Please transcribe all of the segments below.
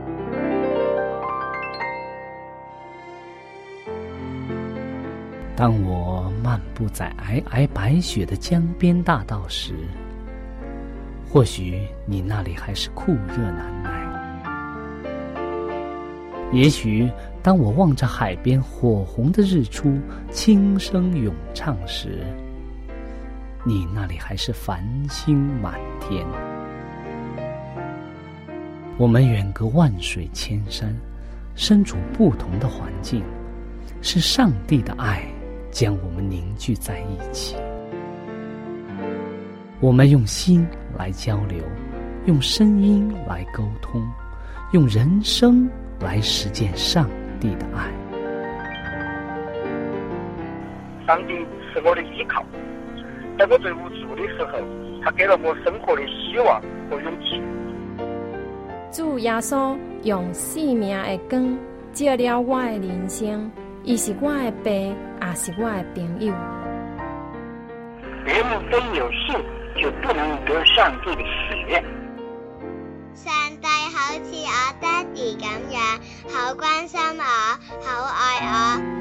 当我漫步在皑皑白雪的江边大道时，或许你那里还是酷热难耐。也许当我望着海边火红的日出轻声咏唱时，你那里还是繁星满天。我们远隔万水千山，身处不同的环境，是上帝的爱将我们凝聚在一起。我们用心来交流，用声音来沟通，用人生来实践上帝的爱。 上帝是我的依靠，在我最无助的时候，他给了我生活的希望和勇气。 主耶稣用生命的光照了我的人生，伊是我的爸，也是我的朋友。 人们非有信，就不能得上帝的喜悦。 上帝好似我爹哋咁樣，好關心我，好愛我。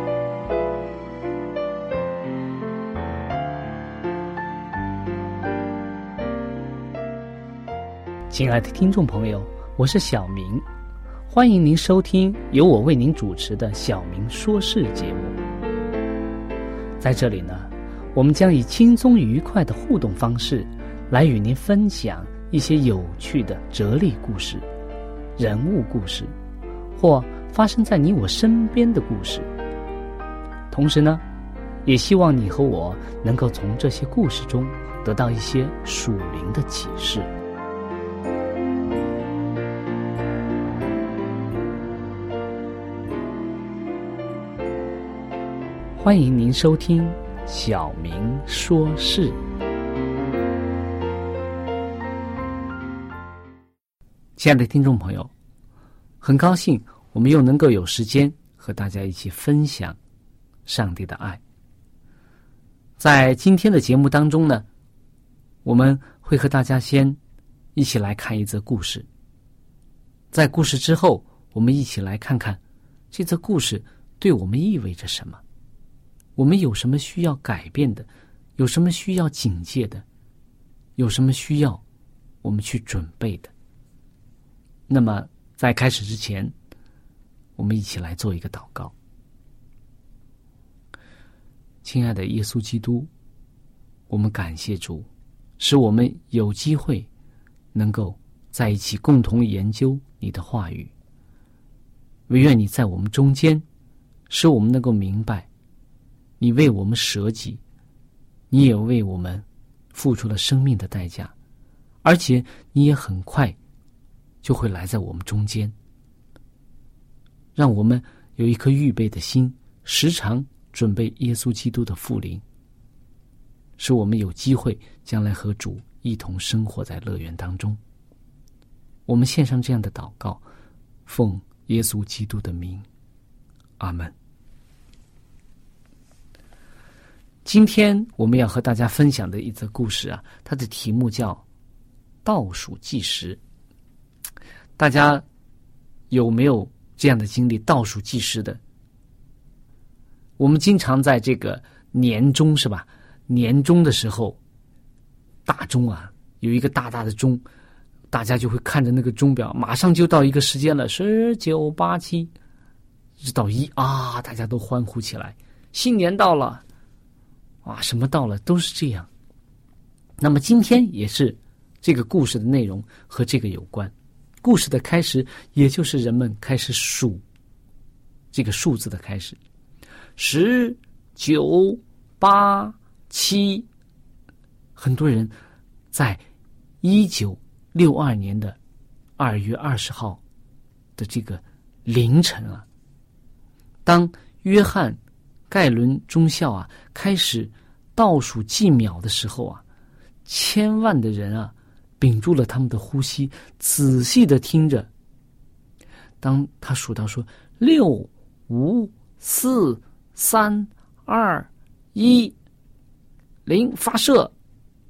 亲爱的听众朋友，我是小明，欢迎您收听由我为您主持的小明说事节目。在这里呢，我们将以轻松愉快的互动方式来与您分享一些有趣的哲理故事、人物故事，或发生在你我身边的故事。同时呢，也希望你和我能够从这些故事中得到一些属灵的启示。欢迎您收听小明说事。亲爱的听众朋友，很高兴我们又能够有时间和大家一起分享上帝的爱。在今天的节目当中呢，我们会和大家先一起来看一则故事。在故事之后，我们一起来看看这则故事对我们意味着什么，我们有什么需要改变的，有什么需要警戒的，有什么需要我们去准备的。那么在开始之前，我们一起来做一个祷告。亲爱的耶稣基督，我们感谢主，使我们有机会能够在一起共同研究你的话语。唯愿你在我们中间，使我们能够明白你为我们舍己，你也为我们付出了生命的代价，而且你也很快就会来在我们中间。让我们有一颗预备的心，时常准备耶稣基督的复临，使我们有机会将来和主一同生活在乐园当中。我们献上这样的祷告，奉耶稣基督的名，阿们。今天我们要和大家分享的一则故事啊，它的题目叫倒数计时。大家有没有这样的经历，倒数计时的？我们经常在这个年终是吧？年终的时候，大钟啊，有一个大大的钟，大家就会看着那个钟表，马上就到一个时间了，19、87，直到1啊，大家都欢呼起来，新年到了啊，什么到了，都是这样。那么今天也是这个故事的内容和这个有关。故事的开始，也就是人们开始数这个数字的开始，19、8、7。很多人在1962年的2月20号的这个凌晨啊，当约翰盖伦中校啊开始倒数计秒的时候啊，千万的人啊屏住了他们的呼吸，仔细的听着。当他数到说6、5、4、3、2、1，发射，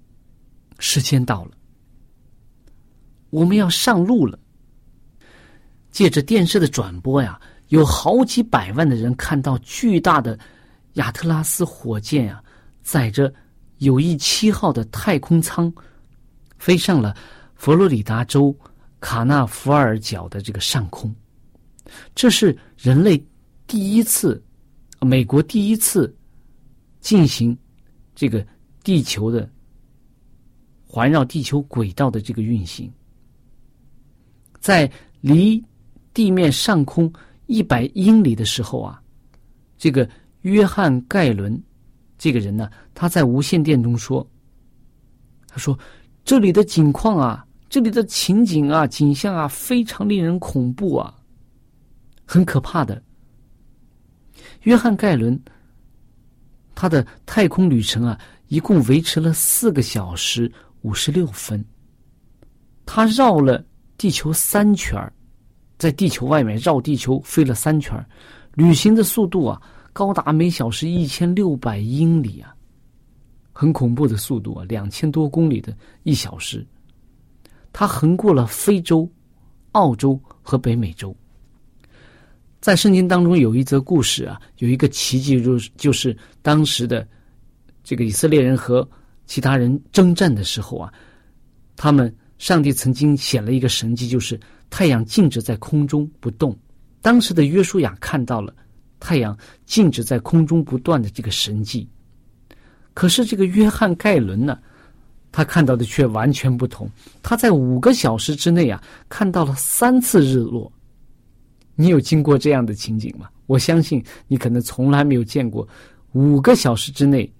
时间到了，我们要上路了。 借着电视的转播呀，有好几百万的人看到巨大的亚特拉斯火箭呀，载着友谊7号的太空舱飞上了佛罗里达州卡纳福尔角的这个上空。这是人类美国第一次进行这个地球的环绕地球轨道的这个运行。在离地面上空100英里的时候啊，这个约翰盖伦这个人呢，他在无线电中说，他说这里的景况啊，这里的情景啊，景象啊，非常令人恐怖啊，很可怕的。约翰盖伦他的太空旅程啊，一共维持了4个小时56分，他绕了地球3圈，在地球外面绕地球飞了3圈，旅行的速度啊，高达每小时1600英里啊，很恐怖的速度啊，2000多公里的1小时。他横过了非洲、澳洲和北美洲。在圣经当中有一则故事啊，有一个奇迹，就是当时的这个以色列人和其他人征战的时候啊，上帝曾经显了一个神迹，就是太阳静止在空中不动。当时的约书亚看到了太阳静止在空中不断的这个神迹，可是这个约翰盖伦呢，他看到的却完全不同。他在5个小时之内啊，看到了3次日落。你有经过这样的情景吗？我相信你可能从来没有见过5个小时之内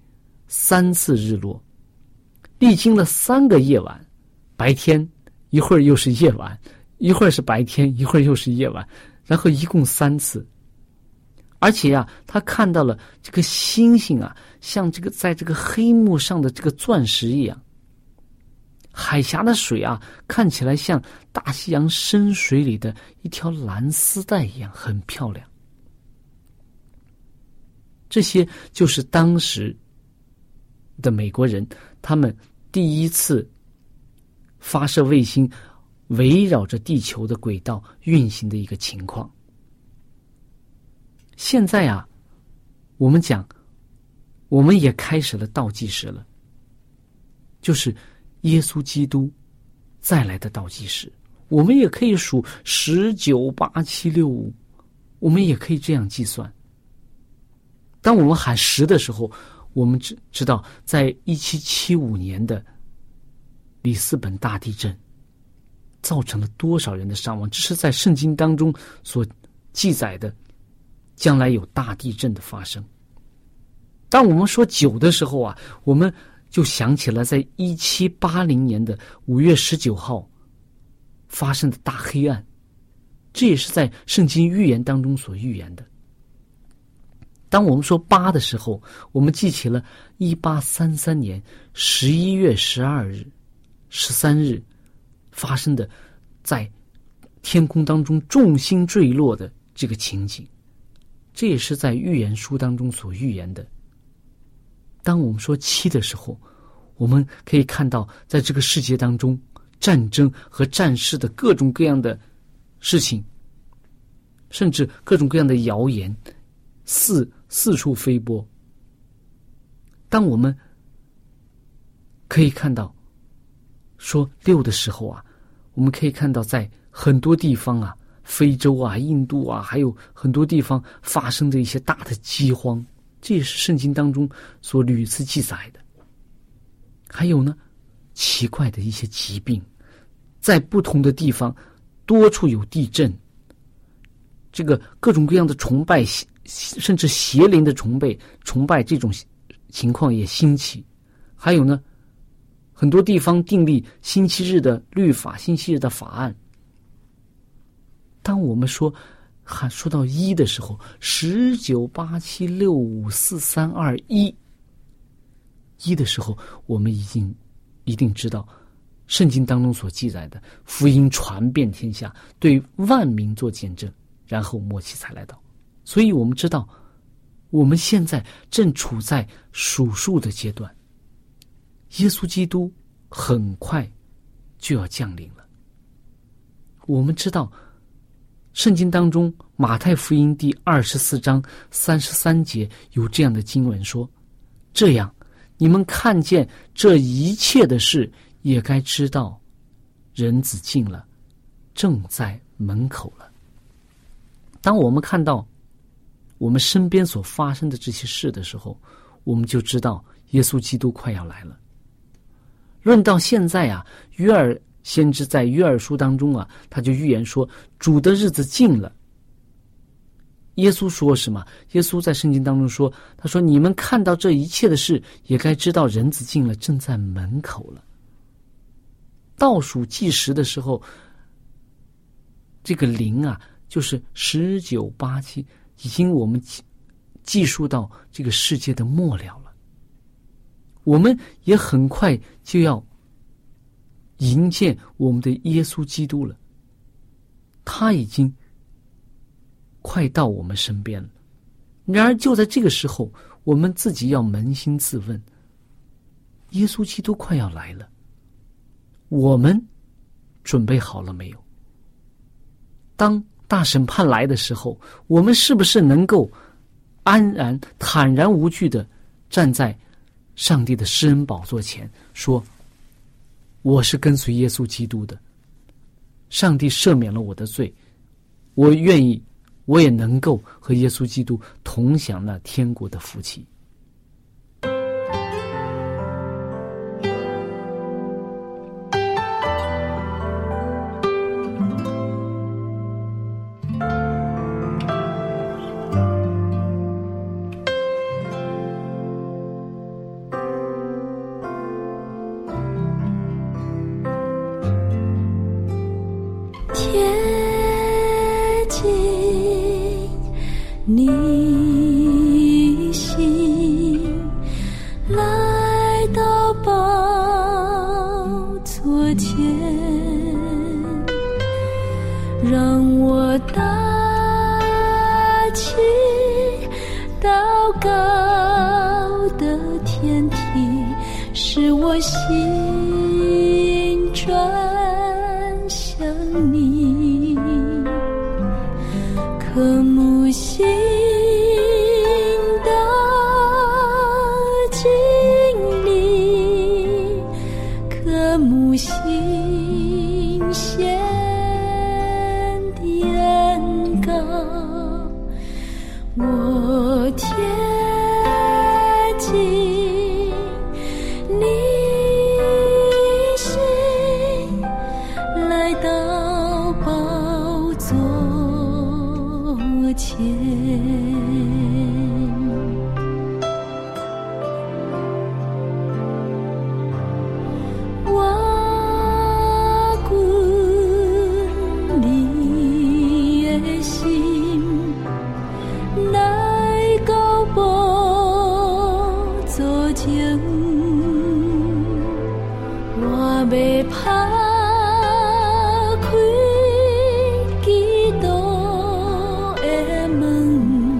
3次日落，历经了3个夜晚，白天一会儿又是夜晚，一会儿是白天，一会儿又是夜晚，然后一共3次。而且啊，他看到了这个星星啊，像这个在这个黑幕上的这个钻石一样。海峡的水啊，看起来像大西洋深水里的一条蓝丝带一样，很漂亮。这些就是当时的美国人他们第一次发射卫星围绕着地球的轨道运行的一个情况。现在啊，我们讲，我们也开始了倒计时了，就是耶稣基督再来的倒计时。我们也可以数198765，我们也可以这样计算。当我们喊10的时候，我们知道在1775年的里斯本大地震造成了多少人的伤亡，这是在圣经当中所记载的将来有大地震的发生。当我们说9的时候啊，我们就想起了在1780年的5月19号发生的大黑暗，这也是在圣经预言当中所预言的。当我们说8的时候，我们记起了1833年11月12日、13日发生的在天空当中众星坠落的这个情景，这也是在预言书当中所预言的。当我们说7的时候，我们可以看到在这个世界当中战争和战事的各种各样的事情，甚至各种各样的谣言四处飞播。当我们可以看到说6的时候啊，我们可以看到在很多地方啊，非洲啊、印度啊，还有很多地方发生的一些大的饥荒，这也是圣经当中所屡次记载的。还有呢，奇怪的一些疾病，在不同的地方多处有地震，这个各种各样的崇拜，甚至邪灵的崇拜这种情况也兴起。还有呢，很多地方订立星期日的律法、星期日的法案。当我们说到1的时候，1987654321的时候，我们一定知道圣经当中所记载的福音传遍天下，对万民做见证，然后末期才来到。所以我们知道我们现在正处在数数的阶段，耶稣基督很快就要降临了。我们知道圣经当中马太福音第24章33节有这样的经文说，这样你们看见这一切的事，也该知道人子近了，正在门口了。当我们看到我们身边所发生的这些事的时候，我们就知道耶稣基督快要来了。论到现在啊，约珥先知在约珥书当中啊，他就预言说主的日子近了。耶稣说什么？耶稣在圣经当中说，他说你们看到这一切的事，也该知道人子近了，正在门口了。倒数计时的时候，这个零啊，就是1987，已经我们计数到这个世界的末了了。我们也很快就要迎见我们的耶稣基督了，他已经快到我们身边了。然而就在这个时候，我们自己要扪心自问，耶稣基督快要来了，我们准备好了没有？当大审判来的时候，我们是不是能够安然坦然无惧地站在上帝的施恩宝座前，说我是跟随耶稣基督的，上帝赦免了我的罪，我愿意，我也能够和耶稣基督同享那天国的福气。 你心来到宝座前，让我搭起祷告的天梯，使我心转向你，渴慕心的经历，渴慕心献的恩膏，我贴近你心，来到宝座前，我鼓你的心来到宝座前，我要打开基督的门，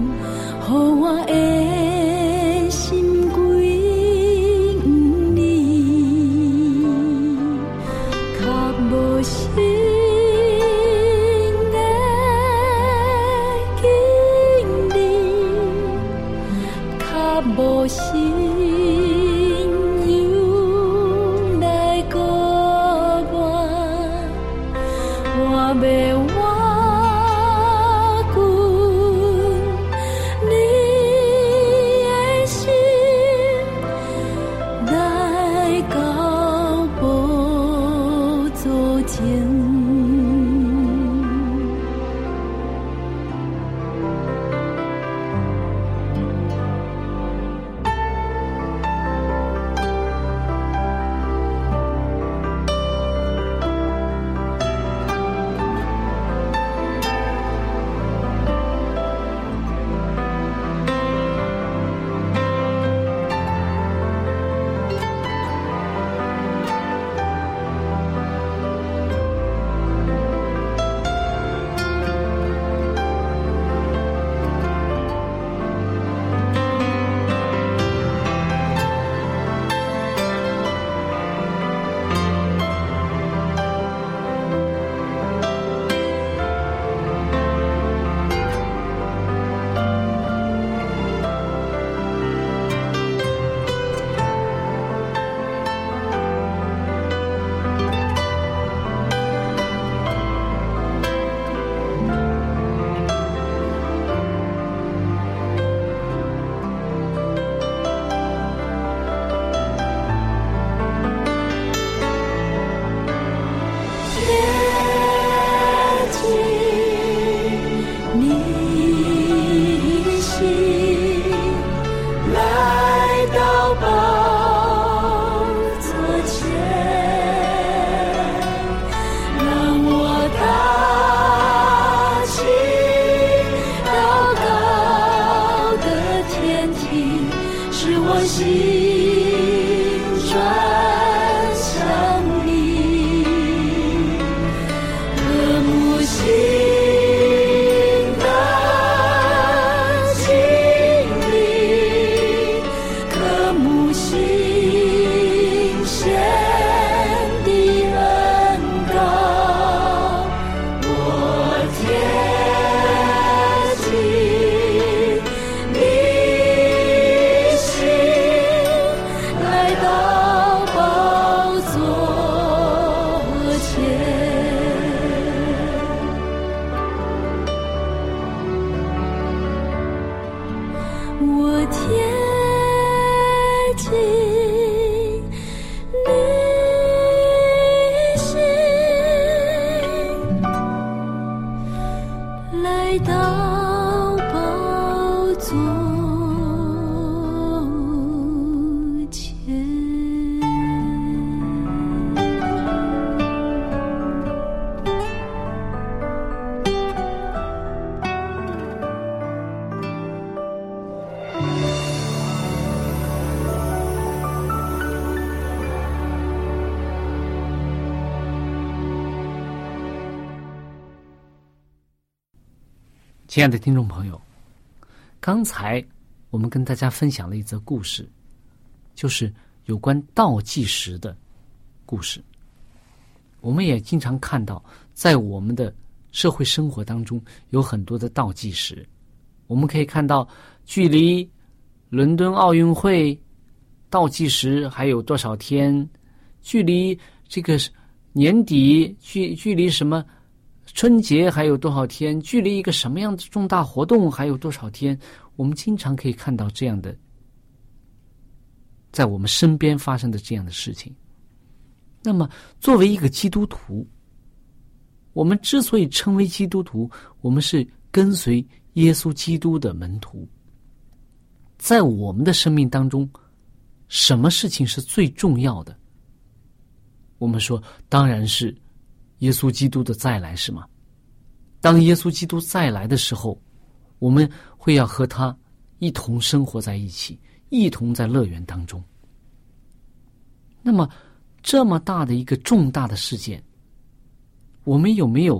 转向你，渴慕新的经历，渴慕新鲜的恩膏，我贴近你心，来到宝座前。我贴近你心，来到宝座前。 亲爱的听众朋友，刚才我们跟大家分享了一则故事，就是有关倒计时的故事。我们也经常看到，在我们的社会生活当中有很多的倒计时。我们可以看到，距离伦敦奥运会倒计时还有多少天，距离这个年底距离什么春节还有多少天，距离一个什么样的重大活动还有多少天。我们经常可以看到这样的，在我们身边发生的这样的事情。那么作为一个基督徒，我们之所以称为基督徒，我们是跟随耶稣基督的门徒。在我们的生命当中，什么事情是最重要的？我们说当然是耶稣基督的再来，是吗？当耶稣基督再来的时候，我们会要和他一同生活在一起，一同在乐园当中。那么这么大的一个重大的事件，我们有没有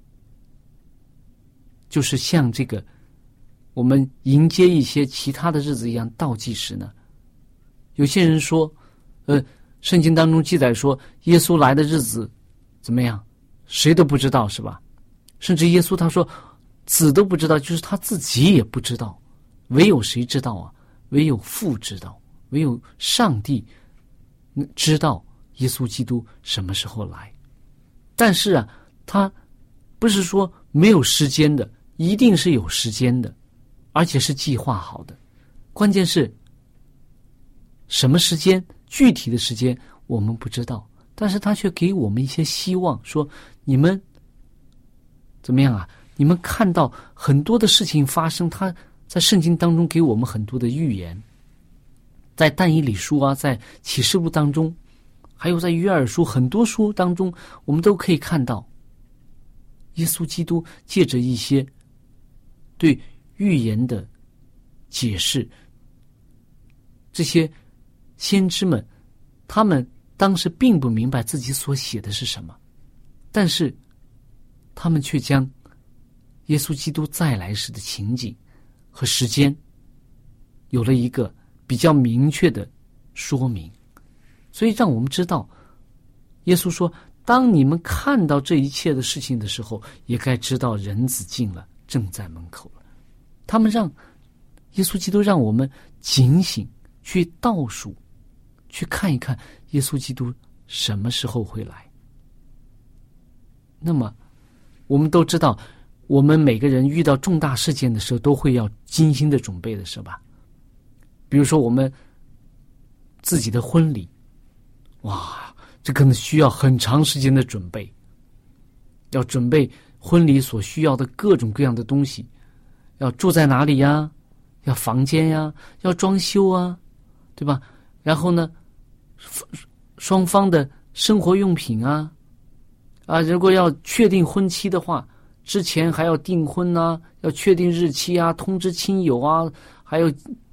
就是像这个我们迎接一些其他的日子一样倒计时呢？有些人说圣经当中记载说耶稣来的日子怎么样，谁都不知道，是吧？甚至耶稣他说子都不知道，就是他自己也不知道，唯有谁知道啊？唯有父知道，唯有上帝知道耶稣基督什么时候来。但是啊，他不是说没有时间的，一定是有时间的，而且是计划好的。关键是什么时间，具体的时间我们不知道，但是他却给我们一些希望，说你们怎么样啊？你们看到很多的事情发生，他在圣经当中给我们很多的预言，在但以理书啊，在启示录当中，还有在约珥书很多书当中，我们都可以看到耶稣基督借着一些对预言的解释，这些先知们他们当时并不明白自己所写的是什么，但是他们却将耶稣基督再来时的情景和时间有了一个比较明确的说明。所以让我们知道，耶稣说当你们看到这一切的事情的时候，也该知道人子近了，正在门口了。他们让耶稣基督让我们警醒，去倒数，去看一看耶稣基督什么时候会来。那么我们都知道，我们每个人遇到重大事件的时候都会要精心的准备的，是吧？比如说我们自己的婚礼，哇，这可能需要很长时间的准备，要准备婚礼所需要的各种各样的东西，要住在哪里呀，要房间呀，要装修啊，对吧？然后呢，双方的生活用品啊，如果要确定婚期的话，之前还要订婚啊，要确定日期啊，通知亲友啊，还有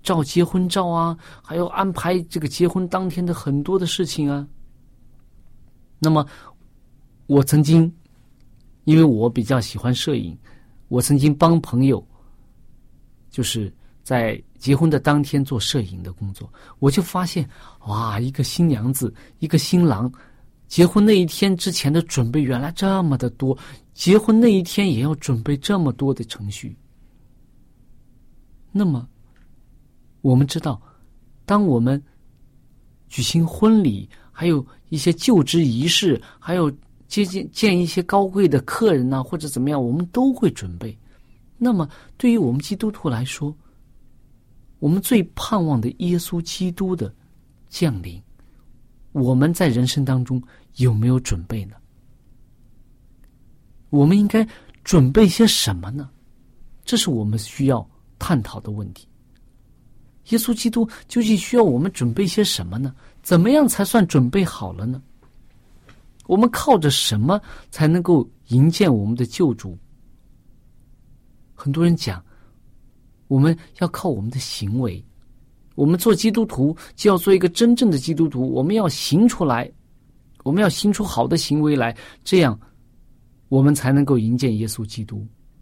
照结婚照啊，还要安排这个结婚当天的很多的事情啊。那么我曾经，因为我比较喜欢摄影，我曾经帮朋友就是在结婚的当天做摄影的工作，我就发现哇，一个新娘子一个新郎结婚那一天之前的准备原来这么的多，结婚那一天也要准备这么多的程序。那么我们知道，当我们举行婚礼，还有一些就职仪式，还有见一些高贵的客人啊，或者怎么样，我们都会准备。那么对于我们基督徒来说，我们最盼望的耶稣基督的降临，我们在人生当中有没有准备呢？我们应该准备些什么呢？这是我们需要探讨的问题。耶稣基督究竟需要我们准备些什么呢？怎么样才算准备好了呢？我们靠着什么才能够迎见我们的救主？很多人讲，我们要靠我们的行为，我们做基督徒就要做一个真正的基督徒，我们要行出来，我们要行出好的行为来，这样我们才能够迎见耶稣基督，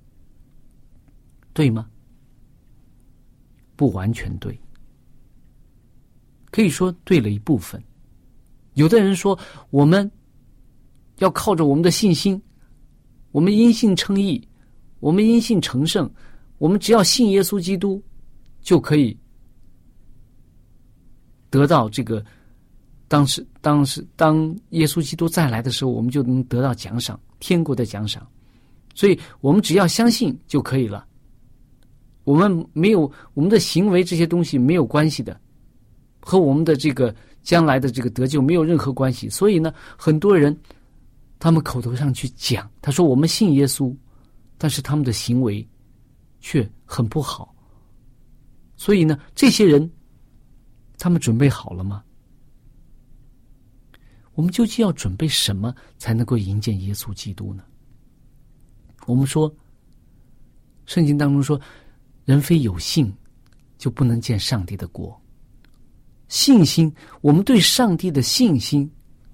对吗？不完全对，可以说对了一部分。有的人说，我们要靠着我们的信心，我们因信称义，我们因信成圣，我们只要信耶稣基督就可以得到这个当耶稣基督再来的时候，我们就能得到奖赏，天国的奖赏。所以我们只要相信就可以了，我们没有我们的行为这些东西没有关系的，和我们的这个将来的这个得救没有任何关系。所以呢，很多人他们口头上去讲，他说我们信耶稣，但是他们的行为却很不好。所以呢，这些人他们准备好了吗？我们究竟要准备什么才能够迎见耶稣基督呢？我们说，圣经当中说，人非有信就不能见上帝的国。信心，我们对上帝的信心，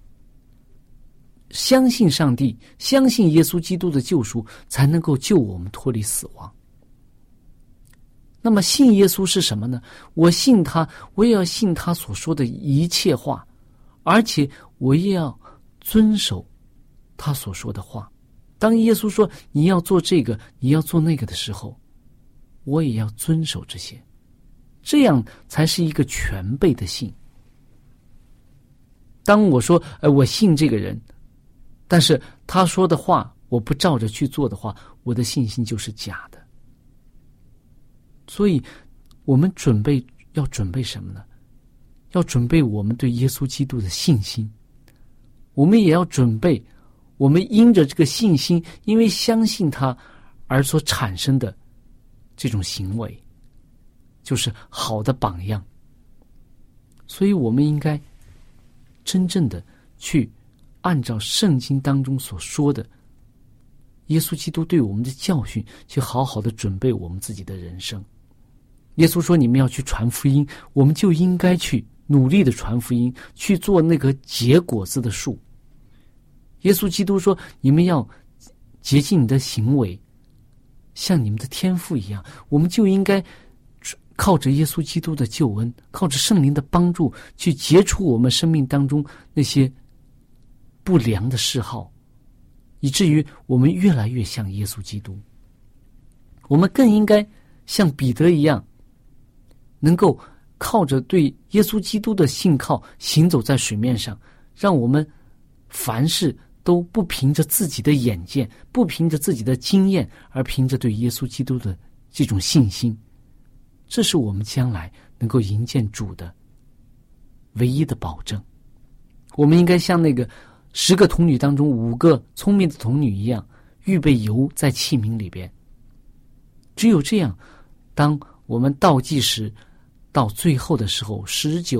相信上帝，相信耶稣基督的救赎，才能够救我们脱离死亡。那么信耶稣是什么呢？我信他，我也要信他所说的一切话，而且我也要遵守他所说的话。当耶稣说你要做这个，你要做那个的时候，我也要遵守这些，这样才是一个全备的信。当我说我信这个人，但是他说的话我不照着去做的话，我的信心就是假的。所以我们要准备什么呢？要准备我们对耶稣基督的信心，我们也要准备我们因着这个信心，因为相信他而所产生的这种行为，就是好的榜样。所以我们应该真正的去按照圣经当中所说的耶稣基督对我们的教训，去好好的准备我们自己的人生。耶稣说你们要去传福音，我们就应该去努力的传福音，去做那个结果子的树。耶稣基督说你们要洁净你的行为，像你们的天父一样。我们就应该靠着耶稣基督的救恩，靠着圣灵的帮助，去结除我们生命当中那些不良的嗜好，以至于我们越来越像耶稣基督。我们更应该像彼得一样，能够靠着对耶稣基督的信靠行走在水面上，让我们凡事都不凭着自己的眼见，不凭着自己的经验，而凭着对耶稣基督的这种信心。这是我们将来能够迎见主的唯一的保证。我们应该像那个10个童女当中5个聪明的童女一样，预备油在器皿里边。只有这样，当我们倒计时到最后的时候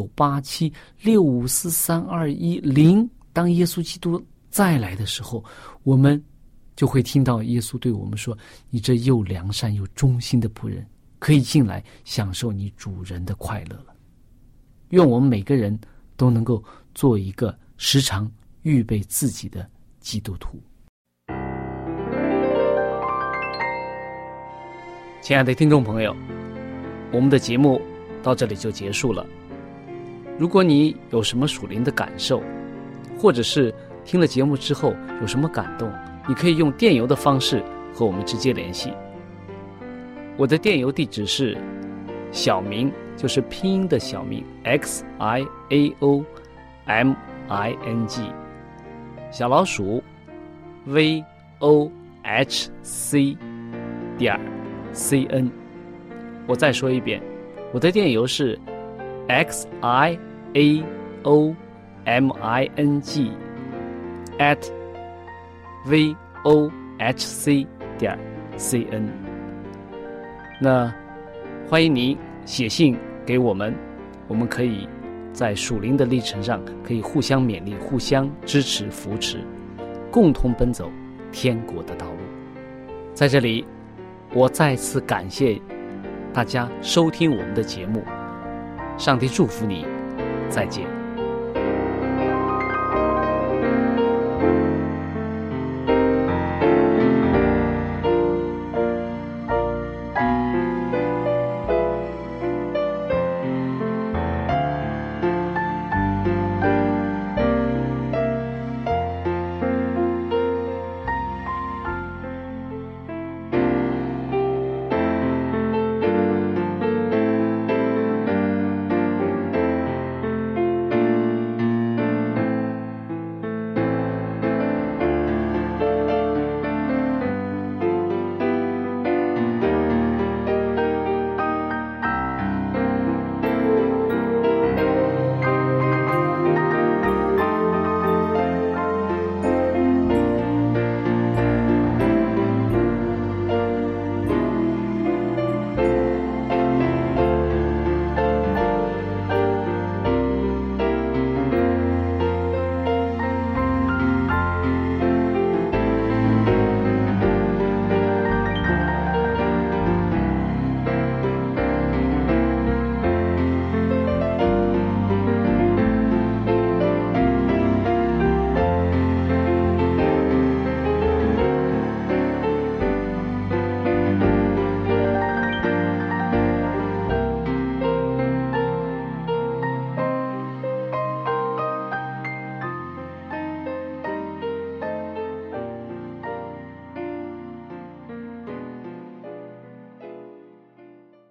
，19、8、7、6、5、4、3、2、1、0，当耶稣基督再来的时候，我们就会听到耶稣对我们说：你这又良善又忠心的仆人， 可以进来享受你主人的快乐了。愿我们每个人都能够做一个时常预备自己的基督徒。亲爱的听众朋友，我们的节目到这里就结束了。如果你有什么属灵的感受，或者是听了节目之后有什么感动，你可以用电邮的方式和我们直接联系。我的电邮地址是小明，就是拼音的小明 XIAOMING 小老鼠 VOHC.CN。 我再说一遍，我的电邮是 XIAOMING@VOHC.CN。 那欢迎您写信给我们，我们可以在属灵的历程上可以互相勉励，互相支持扶持，共同奔走天国的道路。在这里我再次感谢大家收听我们的节目，上帝祝福你，再见。